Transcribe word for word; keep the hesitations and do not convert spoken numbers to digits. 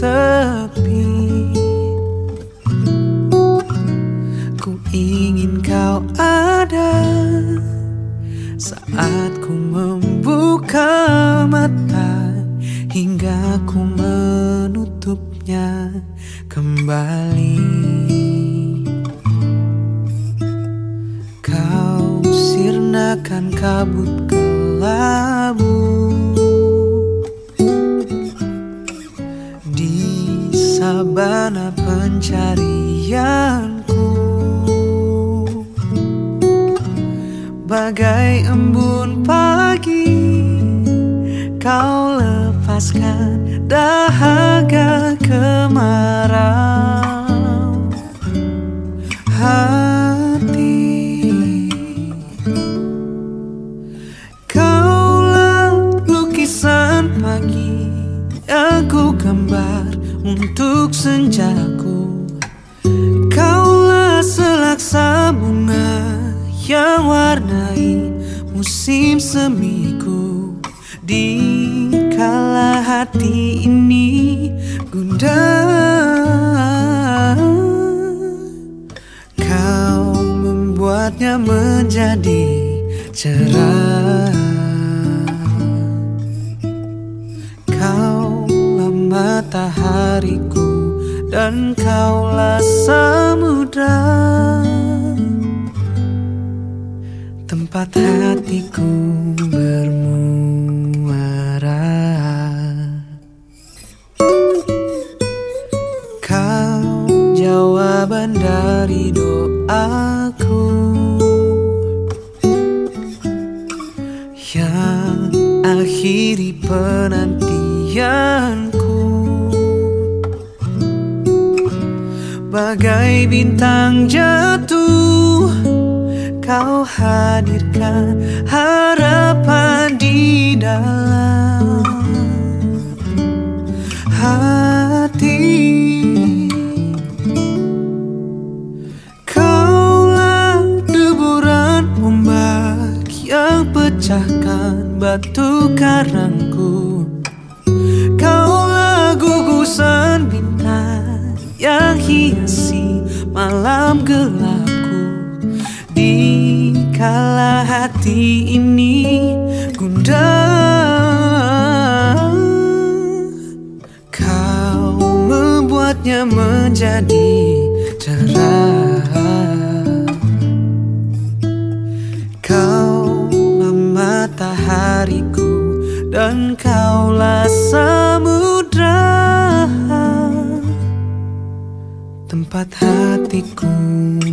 tepi. Ku ingin kau ada saat ku membuka mata hingga ku menutupnya kembali. Kau sirnakan kabut kelabu di sabana pencarianku, bagai embun pagi. Kau lepaskan dahaga kemarau hati. Kaulah lukisan pagi yang ku gambar untuk senjaku. Kaulah selaksa bunga yang warnai musim semiku. Di kala hati ini gundah, kau membuatnya menjadi cerah. Kaulah matahariku dan kaulah samudra, tempat hatiku bermuara. Kau jawaban dari doaku yang akhiri penantianku, bagai bintang jatuh. Kau hadirkan harapan di dalam hati. Kaulah deburan ombak yang pecahkan batu karangku. Kaulah gugusan bintang yang hiasi malam gelapku. Di kala hati ini gundah, kau membuatnya menjadi cerah. Kaulah matahariku dan kaulah samudra, tempat hatiku